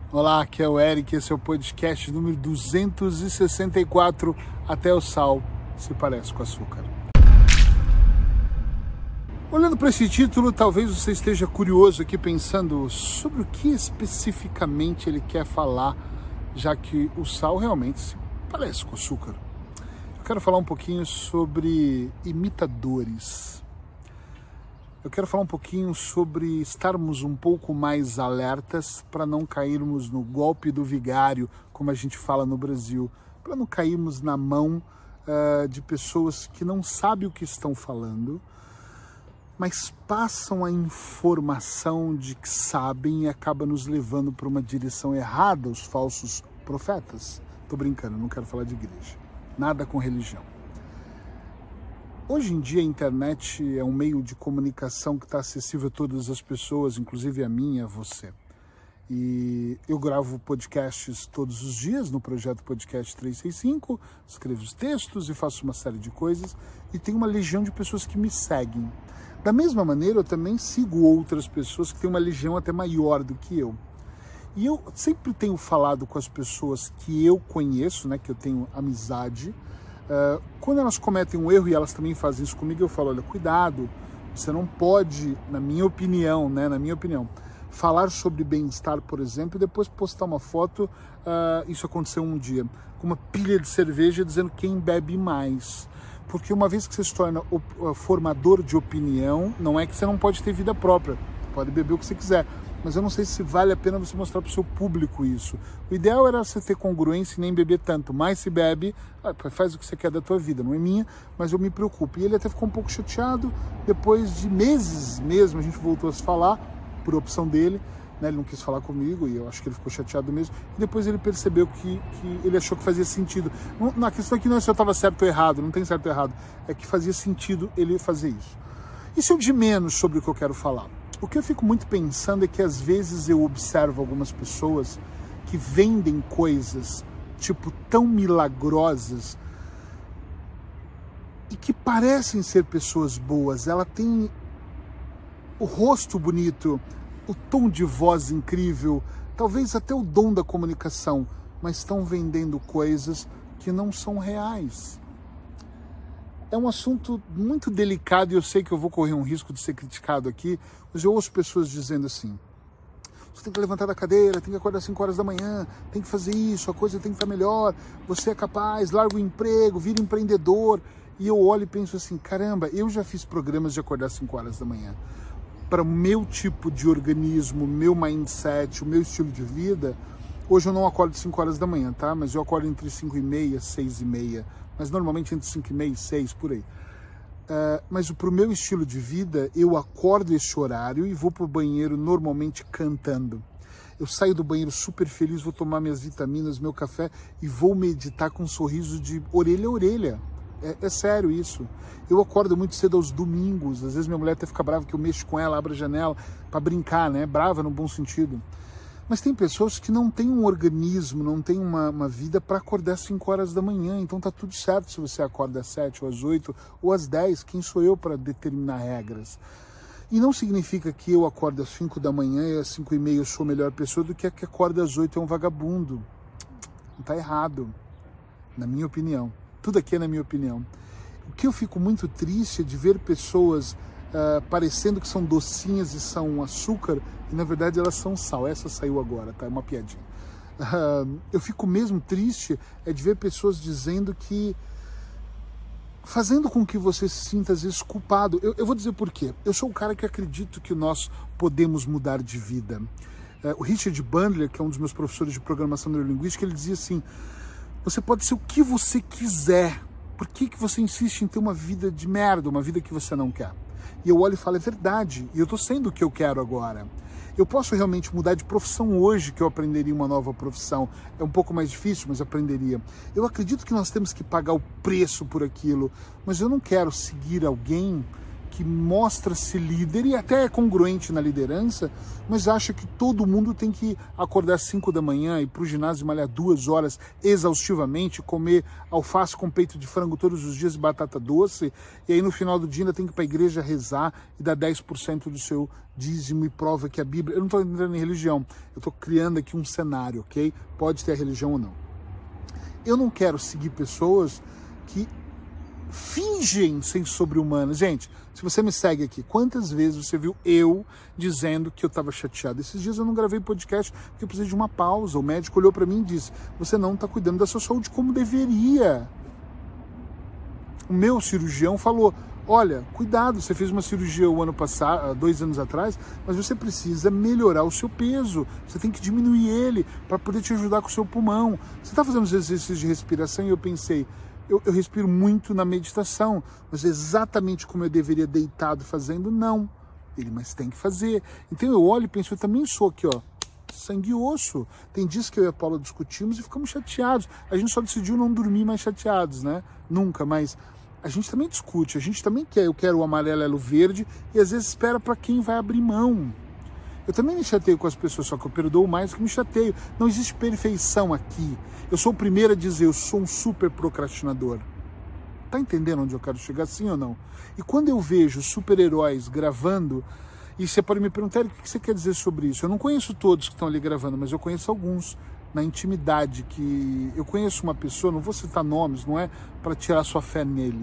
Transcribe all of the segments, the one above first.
Olá, aqui é o Eric, esse é o podcast número 264, Até o Sal se Parece com Açúcar. Olhando para esse título, talvez você esteja curioso aqui pensando sobre o que especificamente ele quer falar, já que o sal realmente se parece com açúcar. Eu quero falar um pouquinho sobre imitadores. Eu quero falar um pouquinho sobre estarmos um pouco mais alertas para não cairmos no golpe do vigário, como a gente fala no Brasil, para não cairmos na mão de pessoas que não sabem o que estão falando, mas passam a informação de que sabem e acaba nos levando para uma direção errada, os falsos profetas. Tô brincando, não quero falar de igreja, nada com religião. Hoje em dia a internet é um meio de comunicação que está acessível a todas as pessoas, inclusive a mim e a você. E eu gravo podcasts todos os dias no projeto Podcast 365, escrevo os textos e faço uma série de coisas e tenho uma legião de pessoas que me seguem. Da mesma maneira, eu também sigo outras pessoas que têm uma legião até maior do que eu. E eu sempre tenho falado com as pessoas que eu conheço, né, que eu tenho amizade. Quando elas cometem um erro e elas também fazem isso comigo, eu falo, olha, cuidado, você não pode, na minha opinião, falar sobre bem-estar, por exemplo, e depois postar uma foto, isso aconteceu um dia, com uma pilha de cerveja dizendo quem bebe mais. Porque uma vez que você se torna formador de opinião, não é que você não pode ter vida própria, pode beber o que você quiser. Mas eu não sei se vale a pena você mostrar para o seu público isso. O ideal era você ter congruência e nem beber tanto. Mas se bebe, faz o que você quer da tua vida. Não é minha, mas eu me preocupo. E ele até ficou um pouco chateado. Depois de meses mesmo, a gente voltou a se falar, por opção dele. Né? Ele não quis falar comigo e eu acho que ele ficou chateado mesmo. E depois ele percebeu que ele achou que fazia sentido. A questão aqui não é se eu estava certo ou errado, não tem certo ou errado. É que fazia sentido ele fazer isso. Isso é o de menos sobre o que eu quero falar. O que eu fico muito pensando é que às vezes eu observo algumas pessoas que vendem coisas, tipo, tão milagrosas e que parecem ser pessoas boas. Ela tem o rosto bonito, o tom de voz incrível, talvez até o dom da comunicação, mas estão vendendo coisas que não são reais. É um assunto muito delicado e eu sei que eu vou correr um risco de ser criticado aqui, mas eu ouço pessoas dizendo assim, você tem que levantar da cadeira, tem que acordar às 5 horas da manhã, tem que fazer isso, a coisa tem que estar melhor, você é capaz, larga o emprego, vira empreendedor. E eu olho e penso assim, caramba, eu já fiz programas de acordar às 5 horas da manhã. Para o meu tipo de organismo, meu mindset, o meu estilo de vida, hoje eu não acordo às 5 horas da manhã, tá? Mas eu acordo entre 5h30 e 6h30, mas normalmente entre 5h30 e 6, por aí. Mas para o meu estilo de vida, eu acordo esse horário e vou para o banheiro normalmente cantando. Eu saio do banheiro super feliz, vou tomar minhas vitaminas, meu café e vou meditar com um sorriso de orelha a orelha. É sério isso. Eu acordo muito cedo aos domingos, às vezes minha mulher até fica brava que eu mexo com ela, abro a janela para brincar, né? Brava no bom sentido. Mas tem pessoas que não têm um organismo, não têm uma vida para acordar às 5 horas da manhã. Então tá tudo certo se você acorda às 7 ou às 8 ou às 10. Quem sou eu para determinar regras? E não significa que eu acordo às 5 da manhã e às 5h30 eu sou a melhor pessoa do que a que acorda às 8 é um vagabundo. Não tá errado, na minha opinião. Tudo aqui é na minha opinião. O que eu fico muito triste é de ver pessoas parecendo que são docinhas e são açúcar, e na verdade elas são sal. Essa saiu agora, tá? É uma piadinha. Eu fico mesmo triste de ver pessoas dizendo que, fazendo com que você se sinta às vezes culpado. Eu vou dizer por quê. Eu sou um cara que acredito que nós podemos mudar de vida. O Richard Bandler, que é um dos meus professores de programação neurolinguística, ele dizia assim, você pode ser o que você quiser. Por que você insiste em ter uma vida de merda, uma vida que você não quer? E eu olho e falo, é verdade, e eu estou sendo o que eu quero agora. Eu posso realmente mudar de profissão hoje, que eu aprenderia uma nova profissão. É um pouco mais difícil, mas aprenderia. Eu acredito que nós temos que pagar o preço por aquilo, mas eu não quero seguir alguém que mostra-se líder e até é congruente na liderança, mas acha que todo mundo tem que acordar às 5 da manhã e ir para o ginásio malhar 2 horas exaustivamente, comer alface com peito de frango todos os dias e batata doce, e aí no final do dia ainda tem que ir para a igreja rezar e dar 10% do seu dízimo e prova que a Bíblia... Eu não estou entrando em religião, eu estou criando aqui um cenário, ok? Pode ter religião ou não. Eu não quero seguir pessoas que fingem ser sobre-humanos. Gente, se você me segue aqui, quantas vezes você viu eu dizendo que eu estava chateado? Esses dias eu não gravei podcast porque eu precisei de uma pausa. O médico olhou para mim e disse: você não está cuidando da sua saúde como deveria. O meu cirurgião falou: olha, cuidado, você fez uma cirurgia o ano passado, 2 anos atrás, mas você precisa melhorar o seu peso, você tem que diminuir ele para poder te ajudar com o seu pulmão. Você está fazendo os exercícios de respiração? E eu pensei, eu respiro muito na meditação, mas exatamente como eu deveria deitado fazendo, não. Ele, mas tem que fazer. Então eu olho e penso, eu também sou aqui, ó, sangue e osso. Tem dias que eu e a Paula discutimos e ficamos chateados. A gente só decidiu não dormir mais chateados, né? Nunca, mas a gente também discute, a gente também quer. Eu quero o amarelo, ela o verde, e às vezes espera para quem vai abrir mão. Eu também me chateio com as pessoas, só que eu perdoo mais do que me chateio. Não existe perfeição aqui. Eu sou o primeiro a dizer, eu sou um super procrastinador. Tá entendendo onde eu quero chegar, sim ou não? E quando eu vejo super-heróis gravando, e você pode me perguntar, o que você quer dizer sobre isso? Eu não conheço todos que estão ali gravando, mas eu conheço alguns na intimidade, que eu conheço uma pessoa, não vou citar nomes, não é para tirar sua fé nele,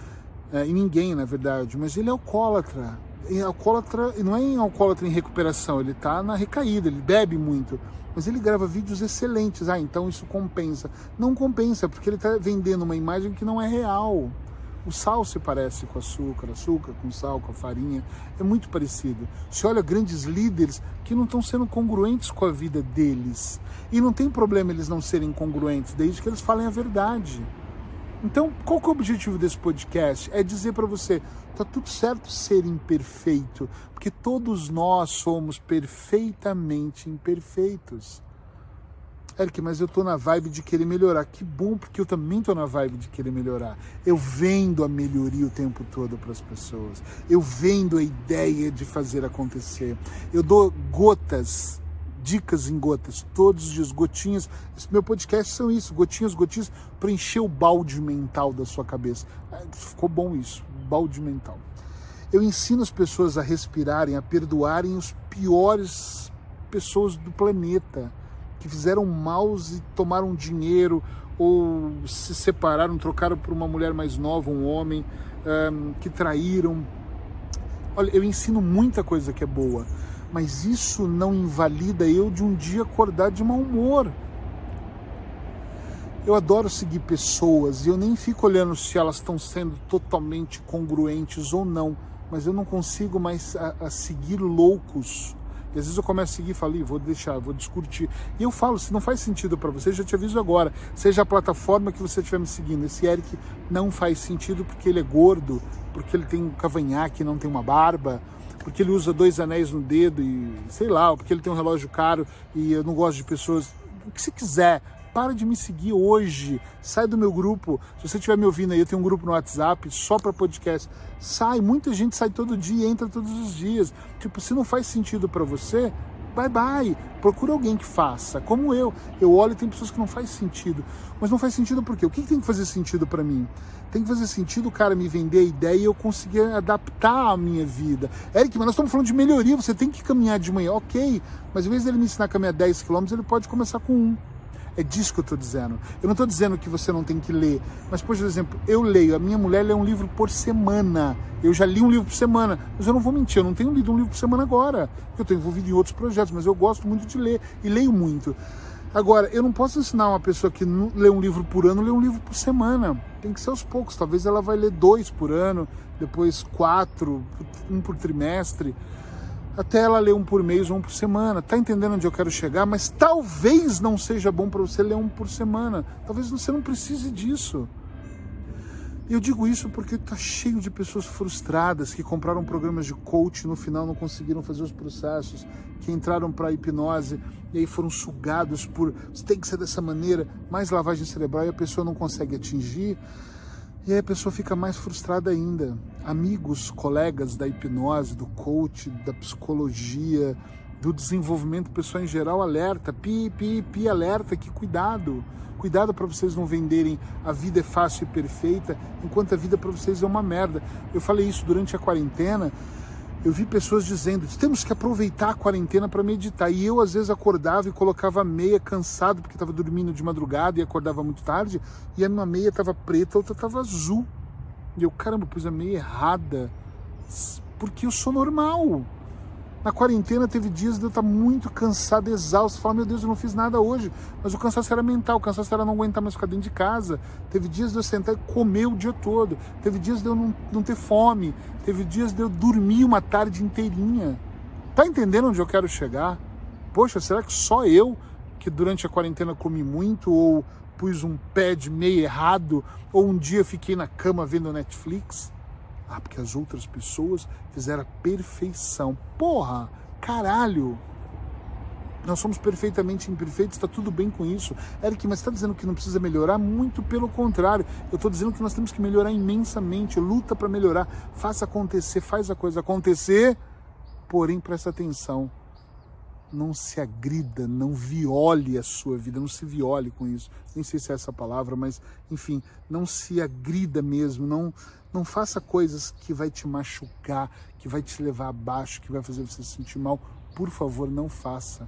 e ninguém, na verdade, mas ele é alcoólatra. Alcoólatra, e não é alcoólatra em recuperação, ele está na recaída, ele bebe muito, mas ele grava vídeos excelentes. Então isso compensa. Não compensa, porque ele está vendendo uma imagem que não é real. O sal se parece com açúcar, açúcar com sal, com a farinha, é muito parecido. Você olha grandes líderes que não estão sendo congruentes com a vida deles, e não tem problema eles não serem congruentes, desde que eles falem a verdade. Então, qual que é o objetivo desse podcast? É dizer para você, tá tudo certo ser imperfeito, porque todos nós somos perfeitamente imperfeitos. Eric, mas eu tô na vibe de querer melhorar. Que bom, porque eu também tô na vibe de querer melhorar. Eu vendo a melhoria o tempo todo para as pessoas. Eu vendo a ideia de fazer acontecer. Eu dou gotas, dicas em gotas, todos os dias, gotinhas. Esse meu podcast são isso, gotinhas, gotinhas, para encher o balde mental da sua cabeça. Ficou bom isso, balde mental. Eu ensino as pessoas a respirarem, a perdoarem os piores pessoas do planeta, que fizeram mal e tomaram dinheiro, ou se separaram, trocaram por uma mulher mais nova, um homem, que traíram. Olha, eu ensino muita coisa que é boa, mas isso não invalida eu de um dia acordar de mau humor. Eu adoro seguir pessoas e eu nem fico olhando se elas estão sendo totalmente congruentes ou não, mas eu não consigo mais a seguir loucos. E às vezes eu começo a seguir e falo, vou deixar, vou discutir. E eu falo, se não faz sentido para você, já te aviso agora, seja a plataforma que você estiver me seguindo, esse Eric não faz sentido porque ele é gordo, porque ele tem um cavanhaque, não tem uma barba, porque ele usa 2 anéis no dedo e sei lá, porque ele tem um relógio caro e eu não gosto de pessoas. O que você quiser, para de me seguir hoje, sai do meu grupo. Se você estiver me ouvindo aí, eu tenho um grupo no WhatsApp só para podcast. Sai, muita gente sai todo dia, entra todos os dias. Tipo, se não faz sentido para você, bye bye, procura alguém que faça, como eu olho e tem pessoas que não faz sentido, mas não faz sentido por quê? O que tem que fazer sentido para mim? Tem que fazer sentido o cara me vender a ideia e eu conseguir adaptar a minha vida. Eric, mas nós estamos falando de melhoria, você tem que caminhar de manhã, ok, mas em vez dele me ensinar a caminhar 10 km, ele pode começar com 1. É disso que eu estou dizendo. Eu não estou dizendo que você não tem que ler, mas, por exemplo, eu leio, a minha mulher lê um livro por semana. Eu já li um livro por semana, mas eu não vou mentir, eu não tenho lido um livro por semana agora, porque eu estou envolvido em outros projetos, mas eu gosto muito de ler e leio muito. Agora, eu não posso ensinar uma pessoa que lê um livro por ano, lê um livro por semana. Tem que ser aos poucos. Talvez ela vai ler 2 por ano, depois 4, 1 por trimestre, até ela ler 1 por mês ou 1 por semana. Tá entendendo onde eu quero chegar? Mas talvez não seja bom para você ler 1 por semana. Talvez você não precise disso. Eu digo isso porque tá cheio de pessoas frustradas que compraram programas de coach e no final não conseguiram fazer os processos, que entraram para a hipnose e aí foram sugados por tem que ser dessa maneira, mais lavagem cerebral, e a pessoa não consegue atingir. E aí a pessoa fica mais frustrada ainda. Amigos, colegas da hipnose, do coach, da psicologia, do desenvolvimento pessoal em geral, alerta, alerta, que cuidado. Cuidado para vocês não venderem a vida é fácil e perfeita, enquanto a vida para vocês é uma merda. Eu falei isso durante a quarentena, eu vi pessoas dizendo, temos que aproveitar a quarentena para meditar. E eu às vezes acordava e colocava a meia cansado, porque estava dormindo de madrugada e acordava muito tarde, e a minha meia estava preta, a outra estava azul. E eu, caramba, pus a meia errada, porque eu sou normal. Na quarentena teve dias de eu estar muito cansado, exausto, falar, meu Deus, eu não fiz nada hoje, mas o cansaço era mental, o cansaço era não aguentar mais ficar dentro de casa, teve dias de eu sentar e comer o dia todo, teve dias de eu não ter fome, teve dias de eu dormir uma tarde inteirinha. Tá entendendo onde eu quero chegar? Poxa, será que só eu, que durante a quarentena comi muito, ou pus um pé de meia errado, ou um dia fiquei na cama vendo Netflix? Ah, porque as outras pessoas fizeram a perfeição. Porra, caralho! Nós somos perfeitamente imperfeitos, está tudo bem com isso. Eric, mas está dizendo que não precisa melhorar? Muito pelo contrário. Eu estou dizendo que nós temos que melhorar imensamente. Luta para melhorar. Faça acontecer, faz a coisa acontecer. Porém, presta atenção. Não se agrida, não viole a sua vida, não se viole com isso. Nem sei se é essa palavra, mas, enfim, não se agrida mesmo, não faça coisas que vai te machucar, que vai te levar abaixo, que vai fazer você se sentir mal. Por favor, não faça.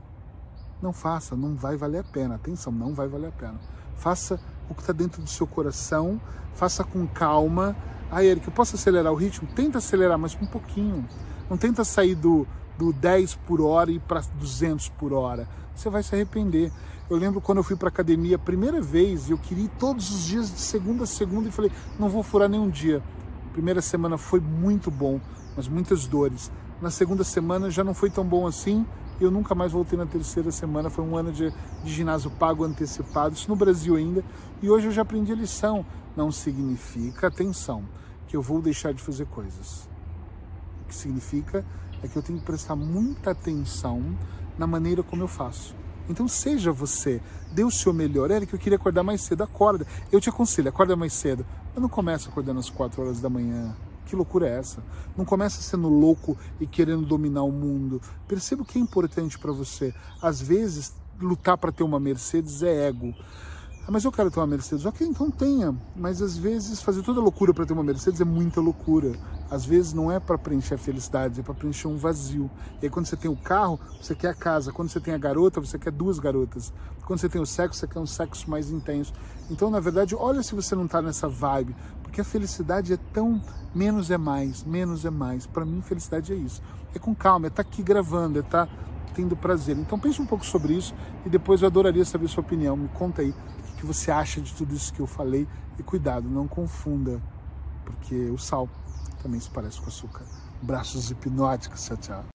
Não faça, não vai valer a pena. Atenção, não vai valer a pena. Faça o que está dentro do seu coração, faça com calma. Ah, Eric, eu posso acelerar o ritmo? Tenta acelerar, mas um pouquinho. Não tenta sair do 10 por hora e para 200 por hora. Você vai se arrepender. Eu lembro quando eu fui para academia a primeira vez, eu queria ir todos os dias de segunda a segunda e falei, não vou furar nenhum dia. Primeira semana foi muito bom, mas muitas dores. Na segunda semana já não foi tão bom assim, eu nunca mais voltei na terceira semana. Foi um ano de ginásio pago antecipado, isso no Brasil ainda, e hoje eu já aprendi a lição. Não significa, atenção, que eu vou deixar de fazer coisas. O que significa é que eu tenho que prestar muita atenção na maneira como eu faço. Então seja você, dê o seu melhor. Eric, eu queria acordar mais cedo, acorda. Eu te aconselho, acorda mais cedo. Mas não comece acordando às 4 horas da manhã. Que loucura é essa? Não comece sendo louco e querendo dominar o mundo. Perceba o que é importante para você. Às vezes, lutar para ter uma Mercedes é ego. Ah, mas eu quero ter uma Mercedes. Ok, então tenha. Mas às vezes fazer toda loucura para ter uma Mercedes é muita loucura. Às vezes não é para preencher a felicidade, é para preencher um vazio. E aí quando você tem o carro, você quer a casa. Quando você tem a garota, você quer 2 garotas. Quando você tem o sexo, você quer um sexo mais intenso. Então, na verdade, olha se você não está nessa vibe. Porque a felicidade é tão... menos é mais, menos é mais. Para mim, felicidade é isso. É com calma, é estar aqui gravando, é estar tendo prazer. Então pense um pouco sobre isso e depois eu adoraria saber a sua opinião. Me conta aí o que você acha de tudo isso que eu falei. E cuidado, não confunda, porque o sal também se parece com açúcar. Braços hipnóticos, tchau, tchau.